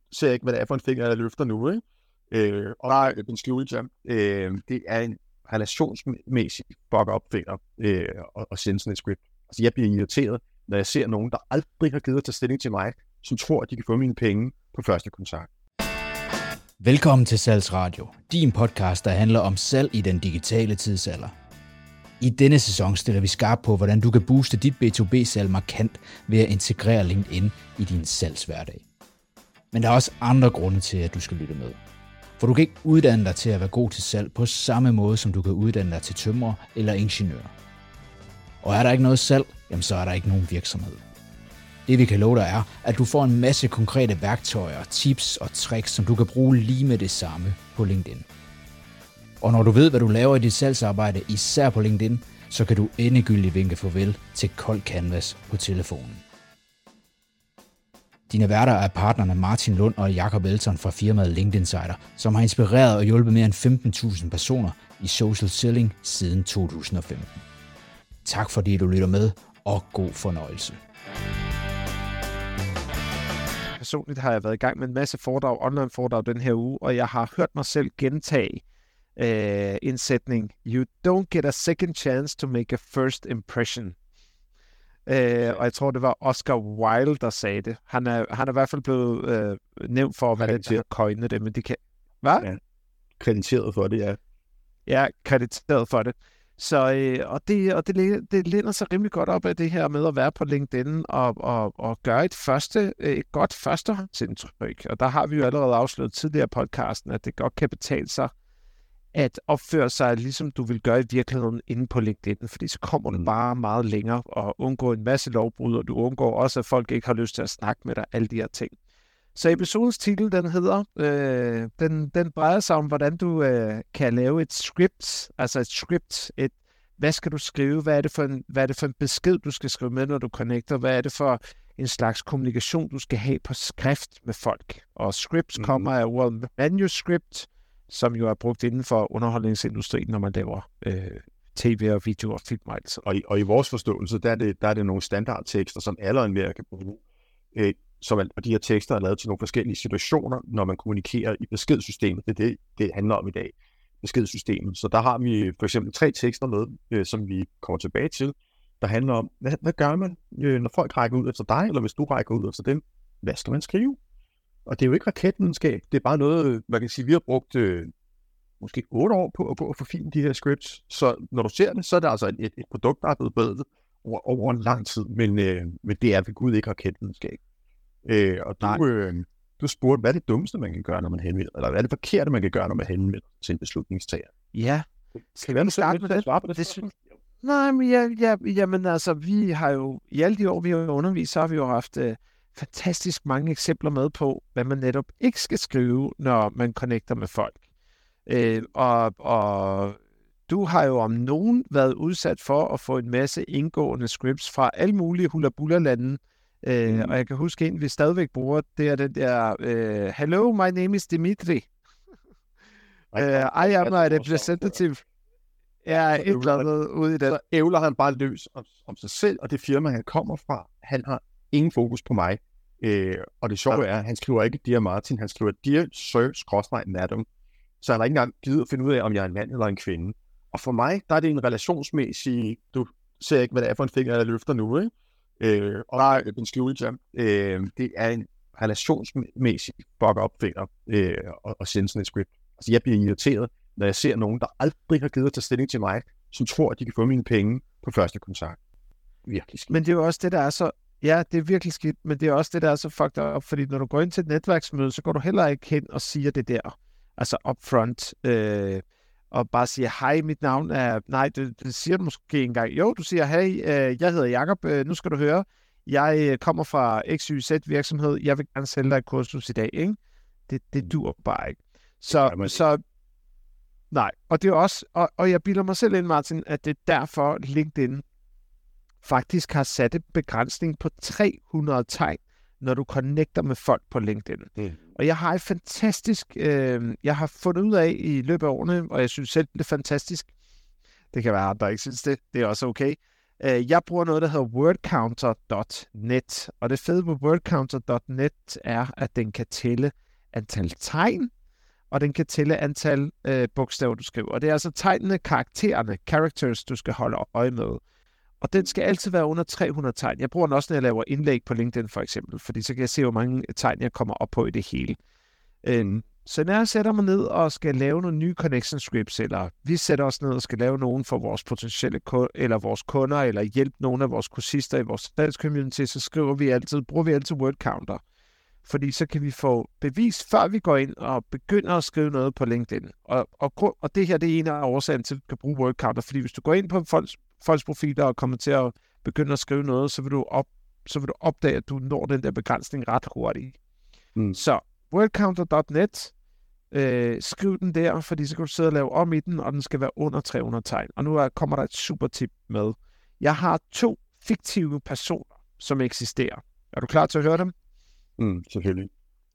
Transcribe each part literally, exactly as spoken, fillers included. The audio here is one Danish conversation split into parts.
ser ikke, hvad det er for en finger, jeg løfter nu, ikke? Øh, og nej, en skjulejam. Øh, det er en relationsmæssig fuck-up finger øh, at, at sende sådan et script. Altså, jeg bliver irriteret, når jeg ser nogen, der aldrig har givet at tage stilling til mig, som tror, at de kan få mine penge på første kontakt. Velkommen til Salgsradio, din podcast, der handler om salg i den digitale tidsalder. I denne sæson stiller vi skarpt på, hvordan du kan booste dit B to B-salg markant ved at integrere LinkedIn i din salgshverdag. Men der er også andre grunde til, at du skal lytte med. For du kan ikke uddanne dig til at være god til salg på samme måde, som du kan uddanne dig til tømrer eller ingeniør. Og er der ikke noget salg, jamen så er der ikke nogen virksomhed. Det vi kan love dig er, at du får en masse konkrete værktøjer, tips og tricks, som du kan bruge lige med det samme på LinkedIn. Og når du ved, hvad du laver i dit salgsarbejde, især på LinkedIn, så kan du endegyldigt vinke farvel til Kold Canvas på telefonen. Dine værter er partnerne Martin Lund og Jakob Elton fra firmaet LinkedIn Insider, som har inspireret og hjulpet mere end femten tusind personer i social selling siden to tusind og femten. Tak fordi du lytter med, og god fornøjelse. Personligt har jeg været i gang med en masse foredrag, online foredrag den her uge, og jeg har hørt mig selv gentage øh, en sætning: You don't get a second chance to make a first impression. Øh, og jeg tror, det var Oscar Wilde, der sagde det. Han er, han er i hvert fald blevet øh, nævnt for, hvad det har coinet det, men det kan... Hvad? Ja. Krediteret for det, ja. Ja, krediteret for det. Så, øh, og det, og det, det læner sig rimelig godt op af det her med at være på LinkedIn og, og, og gøre et, første, et godt førstehåndsindtryk. Og der har vi jo allerede afsløret tidligere i podcasten, at det godt kan betale sig at opføre sig, ligesom du vil gøre i virkeligheden inde på LinkedIn, fordi så kommer du bare meget længere og undgår en masse lovbrud, og du undgår også, at folk ikke har lyst til at snakke med dig, alle de her ting. Så episodens titel, den hedder, øh, den, den drejer sig om, hvordan du øh, kan lave et script, altså et script, et, hvad skal du skrive, hvad er, det for en, hvad er det for en besked, du skal skrive med, når du connecter, hvad er det for en slags kommunikation, du skal have på skrift med folk. Og scripts mm. kommer af ordet manuscript, som jo er brugt inden for underholdningsindustrien, når man laver øh, tv og video og film og alt. Og i, og i vores forståelse, der er det, der er det nogle standardtekster, som alle og enhver kan bruge. Øh, som er, og de her tekster er lavet til nogle forskellige situationer, når man kommunikerer i beskedsystemet. Det er det, det handler om i dag. Beskedsystemet. Så der har vi for eksempel tre tekster med, øh, som vi kommer tilbage til, der handler om, hvad, hvad gør man, øh, når folk rækker ud efter dig, eller hvis du rækker ud efter dem? Hvad skal man skrive? Og det er jo ikke raketvidenskab, det er bare noget, man kan sige, vi har brugt øh, måske otte år på at gå og forfine de her scripts. Så når du ser det, så er det altså et, et produkt, der er blevet bedre over, over en lang tid, men, øh, men det er ved Gud ikke raketvidenskab. Øh, og du, øh, du spurgte, hvad er det dummeste, man kan gøre, når man henvender, eller hvad er det forkerte, man kan gøre, når man henvender til en beslutningstager? Ja. Skal vi starte med det? Svare på det? det synes... Nej, men ja, ja, jamen altså, vi har jo, i alle de år, vi har undervist, så har vi jo haft øh, fantastisk mange eksempler med på, hvad man netop ikke skal skrive, når man connecter med folk. Øh, og, og du har jo om nogen været udsat for at få en masse indgående scripts fra alle mulige hula-bula-lande. Øh, mm. Og jeg kan huske en, vi stadigvæk bruger, det er den der, uh, hello, my name is Dimitri. uh, I am a representative. Ja, et eller andet ude i den. Så ævler han bare løs om, om sig selv, og det firma, han kommer fra, han har ingen fokus på mig. Øh, og det sjove er, at han skriver ikke Dear Martin, han skriver Dear Sir-Madam. Så han har ikke engang givet at finde ud af, om jeg er en mand eller en kvinde. Og for mig, der er det en relationsmæssig, du ser ikke, hvad det er for en finger, jeg løfter nu, ikke? Øh, og nej, en skjulejam. Øh, det er en relationsmæssig fuck-up finger øh, at, at sende sådan et script. Altså, jeg bliver irriteret, når jeg ser nogen, der aldrig har givet at tage stilling til mig, som tror, at de kan få mine penge på første kontakt. Virkelig skidt. Men det er jo også det, der er så... Ja, det er virkelig skidt, men det er også det, der er så fucked up, fordi når du går ind til et netværksmøde, så går du heller ikke hen og siger det der, altså upfront, øh, og bare siger, hej, mit navn er... Nej, det, det siger du måske ikke engang. Jo, du siger, hey, øh, jeg hedder Jakob, øh, nu skal du høre, jeg øh, kommer fra X Y Z virksomhed, jeg vil gerne sælge dig et kursus i dag, ikke? Det, det dur bare ikke. Så, ja, så nej, og det er også, og, og jeg bilder mig selv ind, Martin, at det er derfor LinkedIn faktisk har sat en begrænsning på tre hundrede tegn, når du connecter med folk på LinkedIn. Mm. Og jeg har et fantastisk, øh, jeg har fundet ud af i løbet af årene, og jeg synes selv, det er fantastisk. Det kan være, at der ikke synes det. Det er også okay. Øh, jeg bruger noget, der hedder wordcounter punktum net, og det fede på wordcounter punktum net er, at den kan tælle antal tegn, og den kan tælle antal øh, bogstaver, du skriver. Og det er altså tegnene, karaktererne, characters, du skal holde øje med. Og den skal altid være under tre hundrede tegn. Jeg bruger den også, når jeg laver indlæg på LinkedIn for eksempel, fordi så kan jeg se, hvor mange tegn jeg kommer op på i det hele. Øh, så når jeg sætter mig ned og skal lave nogle nye connection scripts, eller vi sætter os ned og skal lave nogen for vores potentielle ku- eller vores kunder, eller hjælpe nogle af vores kursister i vores sales community, så skriver vi altid, bruger vi altid word counter. Fordi så kan vi få bevis, før vi går ind og begynder at skrive noget på LinkedIn. Og, og, og det her, det er en af årsagen til, at du kan bruge word counter, fordi hvis du går ind på folks, folks profiler og kommer til at begynde at skrive noget, så vil du, op, så vil du opdage, at du når den der begrænsning ret hurtigt. Mm. Så wordcounter punktum net, øh, skriv den der, fordi så kan du sidde og lave om i den, og den skal være under tre hundrede tegn. Og nu er, kommer der et super tip med. Jeg har to fiktive personer, som eksisterer. Er du klar til at høre dem? Mm, selvfølgelig.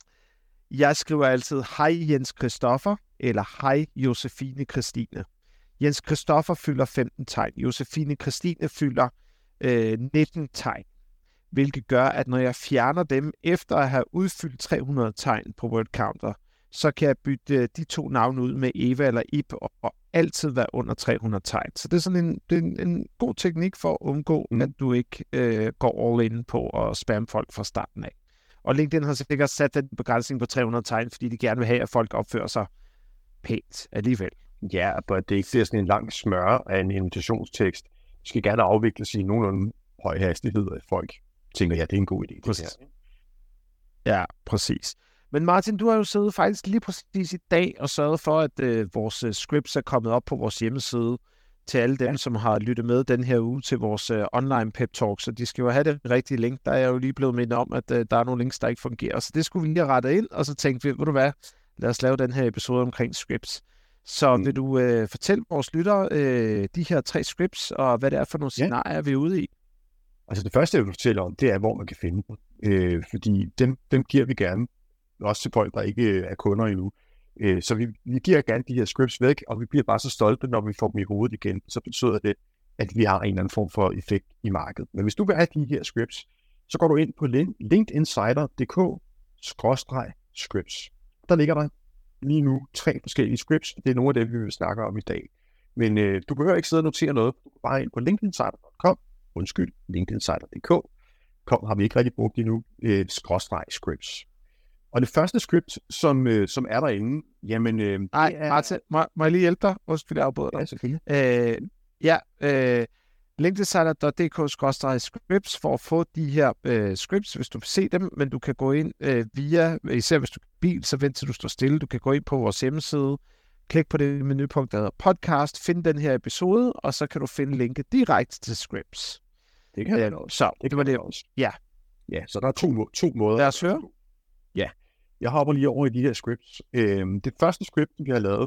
Jeg skriver altid, hej Jens Christoffer, eller hej Josefine Christine. Jens Christoffer fylder femten tegn. Josefine Christine fylder øh, nitten tegn. Hvilket gør, at når jeg fjerner dem, efter at have udfyldt tre hundrede tegn på wordcounter, så kan jeg bytte de to navne ud med Eva eller Ip, og, og altid være under tre hundrede tegn. Så det er sådan en, det er en, en god teknik for at undgå, mm. at du ikke øh, går all in på at spamme folk fra starten af. Og LinkedIn har sikkert sat den begrænsning på tre hundrede tegn, fordi de gerne vil have, at folk opfører sig pænt alligevel. Ja, men det er ikke sådan en lang smør af en invitationstekst. Det skal gerne afvikles i nogenlunde høj hastighed, at folk tænker, ja, det er en god idé. Præcis. Ja, præcis. Men Martin, du har jo siddet faktisk lige præcis i dag og sørget for, at øh, vores øh, scripts er kommet op på vores hjemmeside til alle dem, ja. som har lyttet med den her uge til vores øh, online pep talk. Så de skal jo have det rigtige link. Der er jeg jo lige blevet mindet om, at øh, der er nogle links, der ikke fungerer. Så det skulle vi lige have rettet ind, og så tænkte vi, ved du hvad, lad os lave den her episode omkring scripts. Så mm. vil du øh, fortælle vores lyttere øh, de her tre scripts, og hvad det er for nogle ja. scenarier, vi er ude i? Altså det første, jeg vil fortælle om, det er, hvor man kan finde dem. Øh, fordi dem, dem giver vi gerne, også til folk, der ikke er kunder endnu. Øh, så vi, vi giver gerne de her scripts væk, og vi bliver bare så stolte, når vi får dem i hovedet igen. Så betyder det, at vi har en eller anden form for effekt i markedet. Men hvis du vil have de her scripts, så går du ind på linkedinsider punktum d k skråstreg scripts. Der ligger der lige nu tre forskellige scripts. Det er nogle af dem, vi vil snakke om i dag. Men øh, du behøver ikke sidde og notere noget. Du går bare ind på linkedinsider punktum com. Undskyld, linkedinsider punktum d k. Kom, har vi ikke rigtig brugt endnu. Øh, skråstreg scripts. Og det første script, som, øh, som er derinde, jamen... Øh, Ej, er... Martin, må, må jeg lige hjælpe dig? Undskyld, jeg afbryder dig. Ja, selvfølgelig. Øh, ja, øh, linkedinsider punktum d k skråstreg scripts for at få de her øh, scripts, hvis du vil se dem, men du kan gå ind øh, via, især hvis du er bil, så vent til du står stille. Du kan gå ind på vores hjemmeside, klik på det menupunkt, der hedder podcast, find den her episode, og så kan du finde linket direkte til scripts. Det kan jeg øh, også. Så, det, det var det også. Ja. Ja, så der er to, to måder. Lad os høre. Ja, jeg hopper lige over i de her scripts. Øhm, det første script, vi har lavet,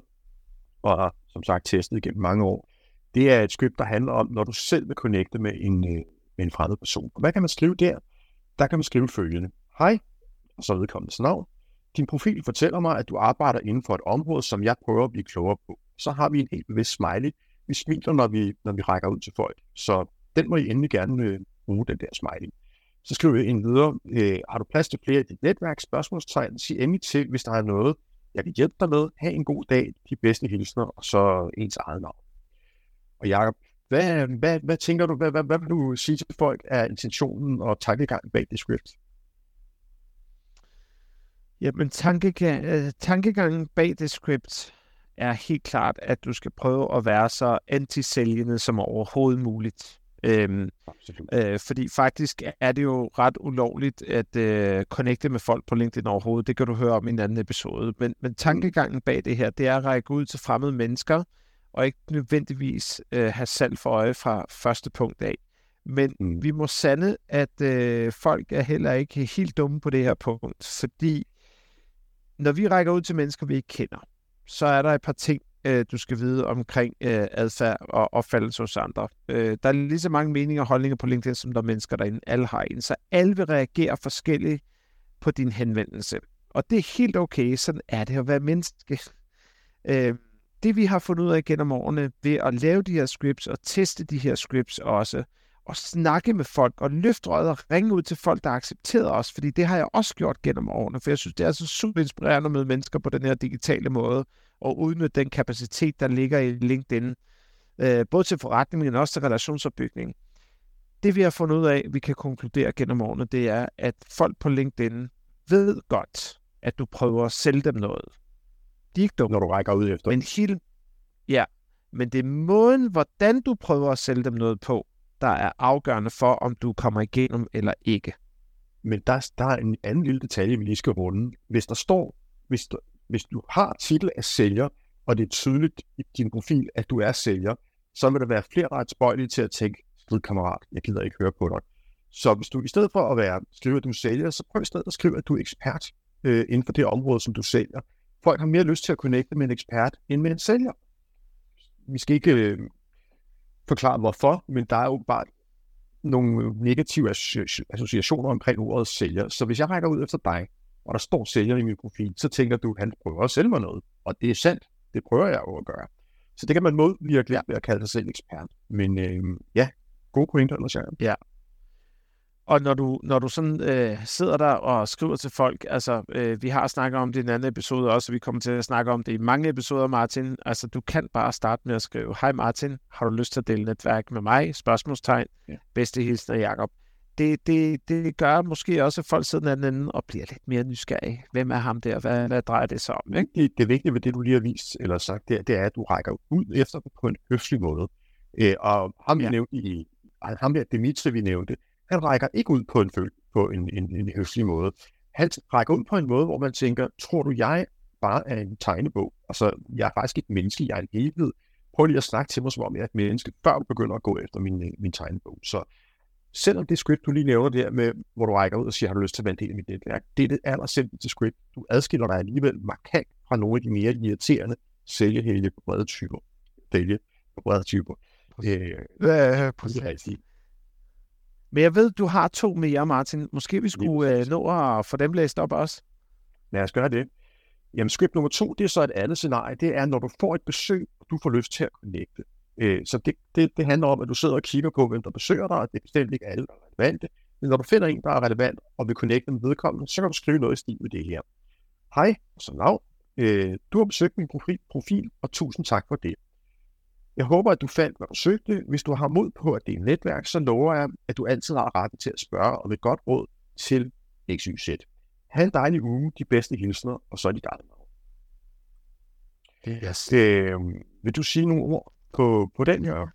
og har som sagt testet igennem mange år, det er et script, der handler om, når du selv vil connecte med en, øh, med en fremmed person. Og hvad kan man skrive der? Der kan man skrive følgende. Hej, og så vedkommendes navn. Din profil fortæller mig, at du arbejder inden for et område, som jeg prøver at blive klogere på. Så har vi en helt bevidst smiley. Vi smiler, når vi, når vi rækker ud til folk. Så den må I endelig gerne øh, bruge, den der smiley. Så skriver vi ind videre. Øh, har du plads til flere i dit netværk? Spørgsmålstegn. Sig endelig til, hvis der er noget, jeg kan hjælpe dig med. Ha' en god dag. De bedste hilsner, og så ens eget navn. Og Jacob, hvad, hvad, hvad tænker du? Hvad, hvad, hvad vil du sige til folk er intentionen og tankegangen bag det script? Jamen, tankegang, tankegangen bag det script er helt klart, at du skal prøve at være så anti-sælgende som overhovedet muligt. Øhm, øh, fordi faktisk er det jo ret ulovligt at øh, connecte med folk på LinkedIn overhovedet. Det kan du høre om i en anden episode. Men, men tankegangen bag det her, det er at række ud til fremmede mennesker, og ikke nødvendigvis øh, have salg for øje fra første punkt af. Men mm. vi må sande, at øh, folk er heller ikke helt dumme på det her punkt, fordi når vi rækker ud til mennesker, vi ikke kender, så er der et par ting, øh, du skal vide omkring øh, adfærd og opfattelse hos andre. Øh, der er lige så mange meninger og holdninger på LinkedIn, som der er mennesker derinde. Alle har en, så alle vil reagere forskelligt på din henvendelse. Og det er helt okay, sådan er det at være menneske. Øh, det vi har fundet ud af gennem årene ved at lave de her scripts og teste de her scripts også, og snakke med folk, og løfte røret og ringe ud til folk, der accepterer os, fordi det har jeg også gjort gennem årene, for jeg synes, det er så super inspirerende med mennesker på den her digitale måde, og udnytte den kapacitet, der ligger i LinkedIn, øh, både til forretning, men også til relationsopbygning. Det vi har fundet ud af, vi kan konkludere gennem årene, det er, at folk på LinkedIn ved godt, at du prøver at sælge dem noget. De er ikke dumme. Når du rækker ud efter. Men helt, ja, men det er måden, hvordan du prøver at sælge dem noget på, der er afgørende for, om du kommer igennem eller ikke. Men der, der er en anden lille detalje, vi lige skal runde. Hvis der står, hvis du, hvis du har titel af sælger, og det er tydeligt i din profil, at du er sælger, så vil der være flere ret spøjlige til at tænke, skrid kammerat, jeg gider ikke høre på dig. Så hvis du i stedet for at være skriver, at du sælger, så prøv i stedet at skrive, at du er ekspert øh, inden for det område, som du sælger. Folk har mere lyst til at connecte med en ekspert, end med en sælger. Vi skal ikke øh, forklare hvorfor, men der er jo bare nogle negative associationer omkring ordet sælger. Så hvis jeg rækker ud efter dig, og der står sælger i min profil, så tænker du, at han prøver at sælge mig noget. Og det er sandt. Det prøver jeg jo at gøre. Så det kan man modvirke ved at kalde sig selv ekspert. Men øh, ja, gode pointer, Lars Jacob. Ja. Og når du, når du sådan øh, sidder der og skriver til folk, altså øh, vi har snakket om det i en anden episode også, og vi kommer til at snakke om det i mange episoder, Martin. Altså du kan bare starte med at skrive, hej Martin, har du lyst til at dele netværk med mig? Spørgsmålstegn. Ja. Bedste hilsen af Jacob. Det, det, det gør måske også, at folk sidder den anden og bliver lidt mere nysgerrige. Hvem er ham der? Hvad, hvad drejer det sig om? Ikke? Det, det vigtige ved det, du lige har vist eller sagt, det er, det er at du rækker ud efter dem på en høflig måde. Øh, og ham, ja. vi nævnte i, ham der Dimitri, vi nævnte, han rækker ikke ud på en, på en, en, en høflig måde. Han rækker ud på en måde, hvor man tænker, tror du, jeg bare er en tegnebog? Altså, jeg er faktisk ikke et menneske, jeg er en helhed. Prøv lige at snakke til mig, som om jeg er et menneske, før du begynder at gå efter min, min tegnebog. Så selvom det script, du lige nævner der med, hvor du rækker ud og siger, har du lyst til at være en del af mit netværk, det er det allersimpleste script. Du adskiller dig alligevel markant fra nogle af de mere irriterende sælgehælge på brede typer. Dælge på brede typer. Øh, præcis. Men jeg ved, du har to mere, Martin. Måske vi skulle øh, nå at få dem læst op også. Lad os gøre det. Jamen, script nummer to, det er så et andet scenarie. Det er, når du får et besøg, og du får lyst til at connecte. Øh, så det, det, det handler om, at du sidder og kigger på, hvem der besøger dig, og det er bestemt ikke alle, der er relevante. Men når du finder en, der er relevant, og vil connecte med vedkommende, så kan du skrive noget i stil med det her. Hej, så navn. Øh, du har besøgt min profil, profil, og tusind tak for det. Jeg håber, at du fandt, hvad du søgte. Hvis du har mod på, at det er et netværk, så lover jeg, at du altid har retten til at spørge om et godt råd til X Y Z. Ha' en dejlig uge, de bedste hilsner, og så er dit eget navn. Yes. Øh, vil du sige nogle ord på, på den her?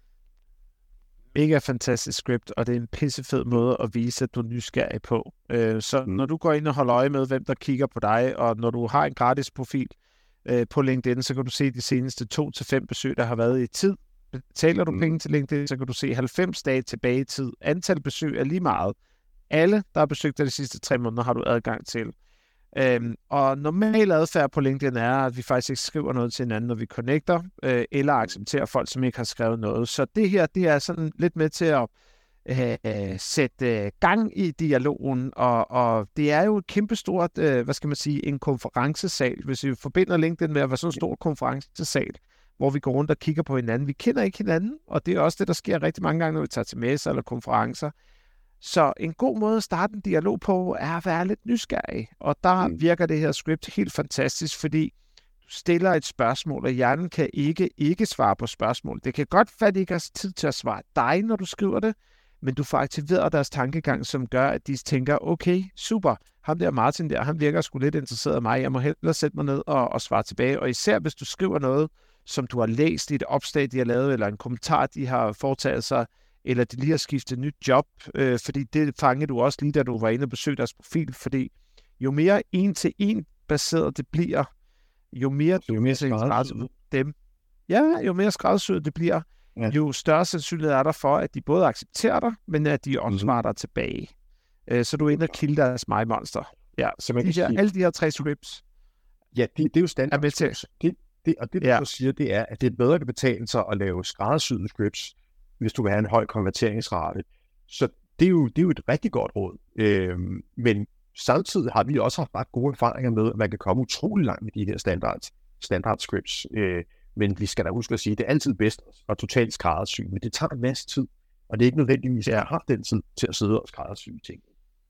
Mega fantastisk script, og det er en pissefed måde at vise, at du er nysgerrig på. Øh, så mm. når du går ind og holder øje med, hvem der kigger på dig, og når du har en gratis profil, på LinkedIn, så kan du se de seneste to til fem besøg, der har været i tid. Betaler du mm. penge til LinkedIn, så kan du se halvfems dage tilbage i tid. Antal besøg er lige meget. Alle, der har besøgt dig de sidste tre måneder, har du adgang til. Øhm, og normal adfærd på LinkedIn er, at vi faktisk ikke skriver noget til hinanden, når vi connecter, øh, eller accepterer folk, som ikke har skrevet noget. Så det her, det er sådan lidt med til at øh, sætte øh, gang i dialogen, og, og det er jo et kæmpestort, øh, hvad skal man sige, en konferencesal. Hvis vi forbinder LinkedIn med at være sådan en stor konferencesal, hvor vi går rundt og kigger på hinanden. Vi kender ikke hinanden, og det er også det, der sker rigtig mange gange, når vi tager til messer eller konferencer. Så en god måde at starte en dialog på, er at være lidt nysgerrig. Og der mm. virker det her script helt fantastisk, fordi du stiller et spørgsmål, og hjernen kan ikke ikke svare på spørgsmål. Det kan godt være, at de ikke har tid til at svare dig, når du skriver det, men du får aktiveret deres tankegang, som gør, at de tænker, okay, super, ham der Martin der, han virker sgu lidt interesseret af mig, jeg må hellere sætte mig ned og, og svare tilbage. Og især hvis du skriver noget, som du har læst i et opslag, de har lavet, eller en kommentar, de har foretaget sig, eller de lige har skiftet nyt job, øh, fordi det fangede du også lige, da du var inde og besøgte deres profil, fordi jo mere en-til-en baseret det bliver, jo mere, jo mere skræddersyet dem, ja, jo mere skræddersyet det bliver, ja. Jo større sandsynlighed er der for, at de både accepterer dig, men at de også svarer dig tilbage. Øh, så du er inde og kilde deres mig-monster. Ja, så man de her, sige, alle de her tre scripts. Ja, det, det er jo standard scripts. Det, det, og det, du ja. så siger, det er, at det bedre kan betale sig at lave skræddersyede scripts, hvis du vil have en høj konverteringsrate. Så det er jo, det er jo et rigtig godt råd. Øhm, men samtidig har vi også haft ret gode erfaringer med, at man kan komme utrolig langt med de her standard, standard scripts. Øh, men vi skal da huske at sige, at det er altid bedst at totalt skræddersy, men det tager en masse tid. Og det er ikke nødvendigvis, at jeg har den tid til at sidde og skræddersy ting.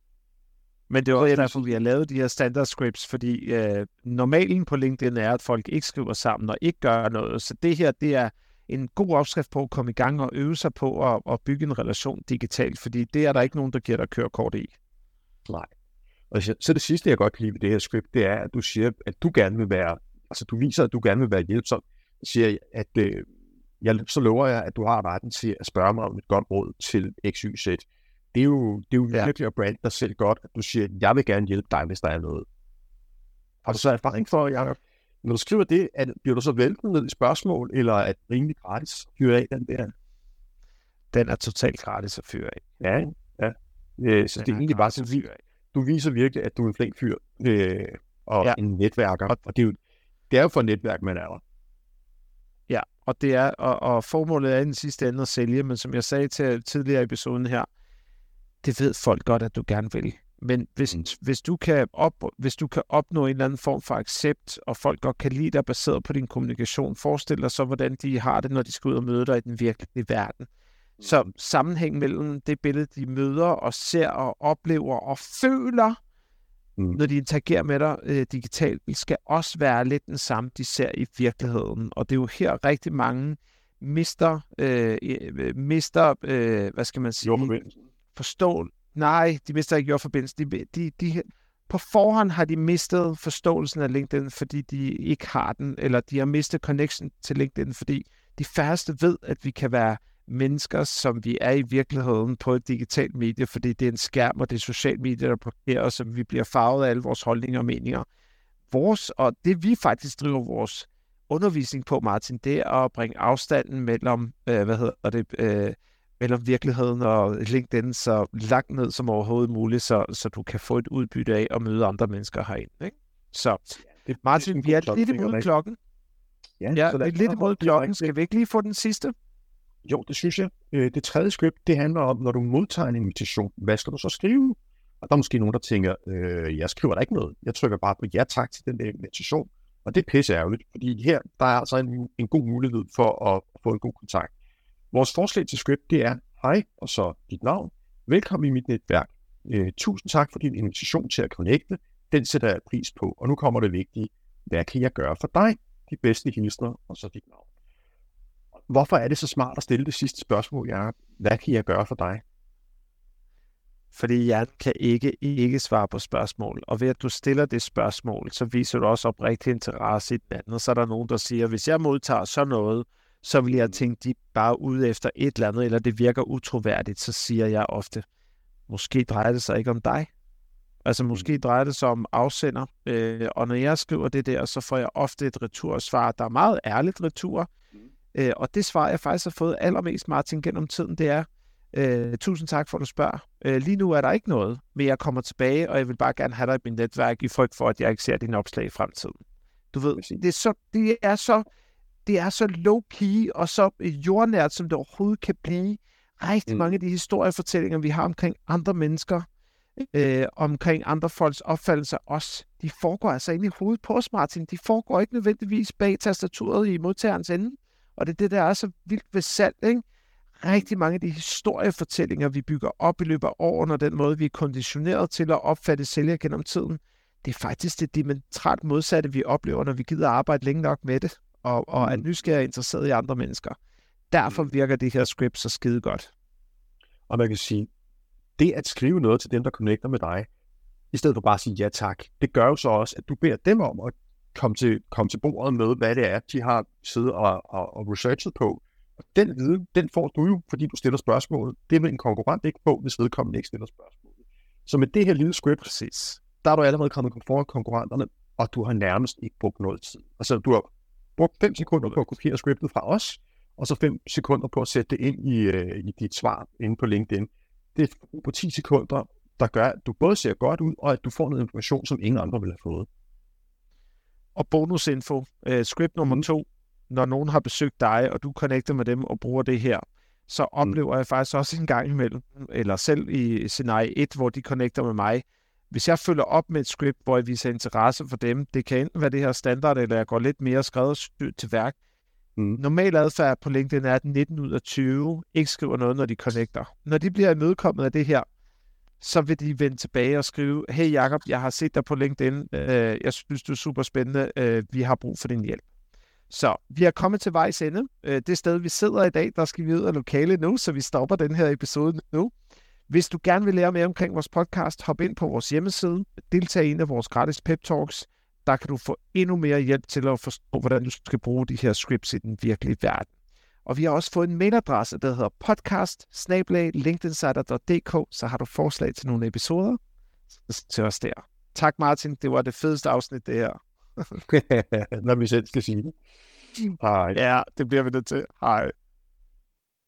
Men det er også derfor, vi har lavet de her standard scripts, fordi øh, normalen på LinkedIn er, at folk ikke skriver sammen og ikke gør noget. Så det her, det er en god opskrift på at komme i gang og øve sig på at, at bygge en relation digitalt, fordi det er der ikke nogen, der giver dig kørekort i. Nej. Og så det sidste, jeg godt kan lide ved det her script, det er, at du siger, at du gerne vil være, altså du viser, at du gerne vil være hjælpsom. Så siger jeg, at øh, jeg, så lover jeg, at du har retten til at spørge mig om et godt råd til X Y Z. Det er jo, det er jo ja. virkelig at brande dig selv godt, at du siger, at jeg vil gerne hjælpe dig, hvis der er noget. Har du så erfaring for, Jacob? Når du skriver det, at, bliver du så væltet ned i spørgsmål, eller er det rimelig gratis at fyre af den der? Den er totalt gratis at fyre af. Ja, ja. Øh, så den det er egentlig bare sådan, du viser virkelig, at du er en flink fyr øh, og ja. en netværker, og det er, jo, det er jo for et netværk, man er der. Ja, og det er, og, og formålet er i den sidste ende at sælge, men som jeg sagde til tidligere i episoden her, det ved folk godt, at du gerne vil. Men hvis, mm. hvis, du kan op, hvis du kan opnå en eller anden form for accept, og folk godt kan lide dig baseret på din kommunikation, forestil dig så, hvordan de har det, når de skal ud og møde dig i den virkelige verden. Mm. Så sammenhæng mellem det billede, de møder og ser og oplever og føler, mm. når de interagerer med dig øh, digitalt, skal også være lidt den samme, de ser i virkeligheden. Og det er jo her rigtig mange mister, øh, mister øh, hvad skal man sige, forståelse. Nej, de mister ikke jordforbindelsen. De, de, de, på forhånd har de mistet forståelsen af LinkedIn, fordi de ikke har den, eller de har mistet connection til LinkedIn, fordi de færreste ved, at vi kan være mennesker, som vi er i virkeligheden på et digitalt medie, fordi det er en skærm, og det er socialt medie, der blokerer os, og vi bliver farvet af alle vores holdninger og meninger. Vores, og det vi faktisk driver vores undervisning på, Martin, det er at bringe afstanden mellem, øh, hvad hedder det, øh, mellem virkeligheden og LinkedIn så langt ned som overhovedet muligt, så, så du kan få et udbytte af at møde andre mennesker herinde. Ikke? Så ja, det, Martin, det vi er lidt imod klokken. Ja, ja det er lidt imod klokken. Skal vi ikke lige få den sidste? Jo, det synes jeg. Det tredje script, det handler om, når du modtager en invitation, hvad skal du så skrive? Og der er måske nogen, der tænker, øh, jeg skriver da ikke noget. Jeg trykker bare på ja tak til den der invitation. Og det er pisse ærgerligt, fordi her der er altså en, en god mulighed for at, at få en god kontakt. Vores forslag til script, det er, hej, og så dit navn. Velkommen i mit netværk. Øh, tusind tak for din invitation til at connecte. Den sætter jeg pris på. Og nu kommer det vigtige. Hvad kan jeg gøre for dig? De bedste hilsner, og så dit navn. Hvorfor er det så smart at stille det sidste spørgsmål, Jacob? Hvad kan jeg gøre for dig? Fordi hjernen kan ikke, ikke svare på spørgsmål. Og ved at du stiller det spørgsmål, så viser du også oprigtig interesse i den anden. Og så er der nogen, der siger, hvis jeg modtager så noget, så vil jeg tænke, de er bare ude efter et eller andet, eller det virker utroværdigt, så siger jeg ofte, måske drejer det sig ikke om dig. Altså måske drejer det sig om afsender. Øh, og når jeg skriver det der, så får jeg ofte et retursvar, der er meget ærligt retur. Øh, og det svar, jeg faktisk har fået allermest, Martin, gennem tiden, det er, øh, tusind tak for, at du spørger. Øh, lige nu er der ikke noget, men jeg kommer tilbage, og jeg vil bare gerne have dig i mit netværk, i frygt for, at jeg ikke ser dine opslag i fremtiden. Du ved, det er så, det er så, det er så low-key og så jordnært, som det overhovedet kan blive. Rigtig mm. mange af de historiefortællinger, vi har omkring andre mennesker, øh, omkring andre folks opfattelser af os, de foregår altså inde i hovedet på os, Martin. De foregår ikke nødvendigvis bag tastaturet i modtagerens ende. Og det er det, der er så vildt ved salg, ikke? Rigtig mange af de historiefortællinger, vi bygger op i løbet af årene, og den måde, vi er konditioneret til at opfatte sælger gennem tiden, det er faktisk det diametralt modsatte, vi oplever, når vi gider arbejde længe nok med det, og, og er nysgerrige og interesseret i andre mennesker. Derfor virker det her script så skide godt. Og man kan sige, det at skrive noget til dem, der connecter med dig, i stedet for bare at sige ja tak, det gør jo så også, at du beder dem om at komme til, komme til bordet med, hvad det er, de har siddet og, og, og researchet på. Og den viden, den får du jo, fordi du stiller spørgsmål. Det vil en konkurrent ikke få, hvis vedkommende ikke stiller spørgsmål. Så med det her lille script, præcis, der er du allerede kommet foran konkurrenterne, og du har nærmest ikke brugt noget tid. Altså, du har brugt fem sekunder på at kopiere scriptet fra os, og så fem sekunder på at sætte det ind i, øh, i dit svar inde på LinkedIn. Det er på ti sekunder, der gør, at du både ser godt ud, og at du får noget information, som ingen andre vil have fået. Og bonusinfo, øh, script nummer mm. to, når nogen har besøgt dig, og du connecter med dem og bruger det her, så oplever mm. jeg faktisk også en gang imellem, eller selv i scenarie et, hvor de connecter med mig, hvis jeg følger op med et script, hvor jeg viser interesse for dem, det kan enten være det her standard, eller jeg går lidt mere skræddersyet til værk, Mm. Normal adfærd på LinkedIn er, at nitten ud af tyve ikke skriver noget, når de connecter. Når de bliver imødekommet af det her, så vil de vende tilbage og skrive, hey Jakob, jeg har set dig på LinkedIn, øh, jeg synes, du er super spændende, øh, vi har brug for din hjælp. Så vi er kommet til vejs ende. Øh, det sted, vi sidder i dag, der skal vi ud af lokalet nu, så vi stopper den her episode nu. Hvis du gerne vil lære mere omkring vores podcast, hop ind på vores hjemmeside, deltag i en af vores gratis pep talks. Der kan du få endnu mere hjælp til at forstå, hvordan du skal bruge de her scripts i den virkelige verden. Og vi har også fået en mailadresse, der hedder podcast bindestreg linkedinsider punktum d k, så har du forslag til nogle episoder til os der. Tak Martin, det var det fedeste afsnit det her. Når vi selv skal sige det. Hej. Ja, det bliver vi nødt til. Hej.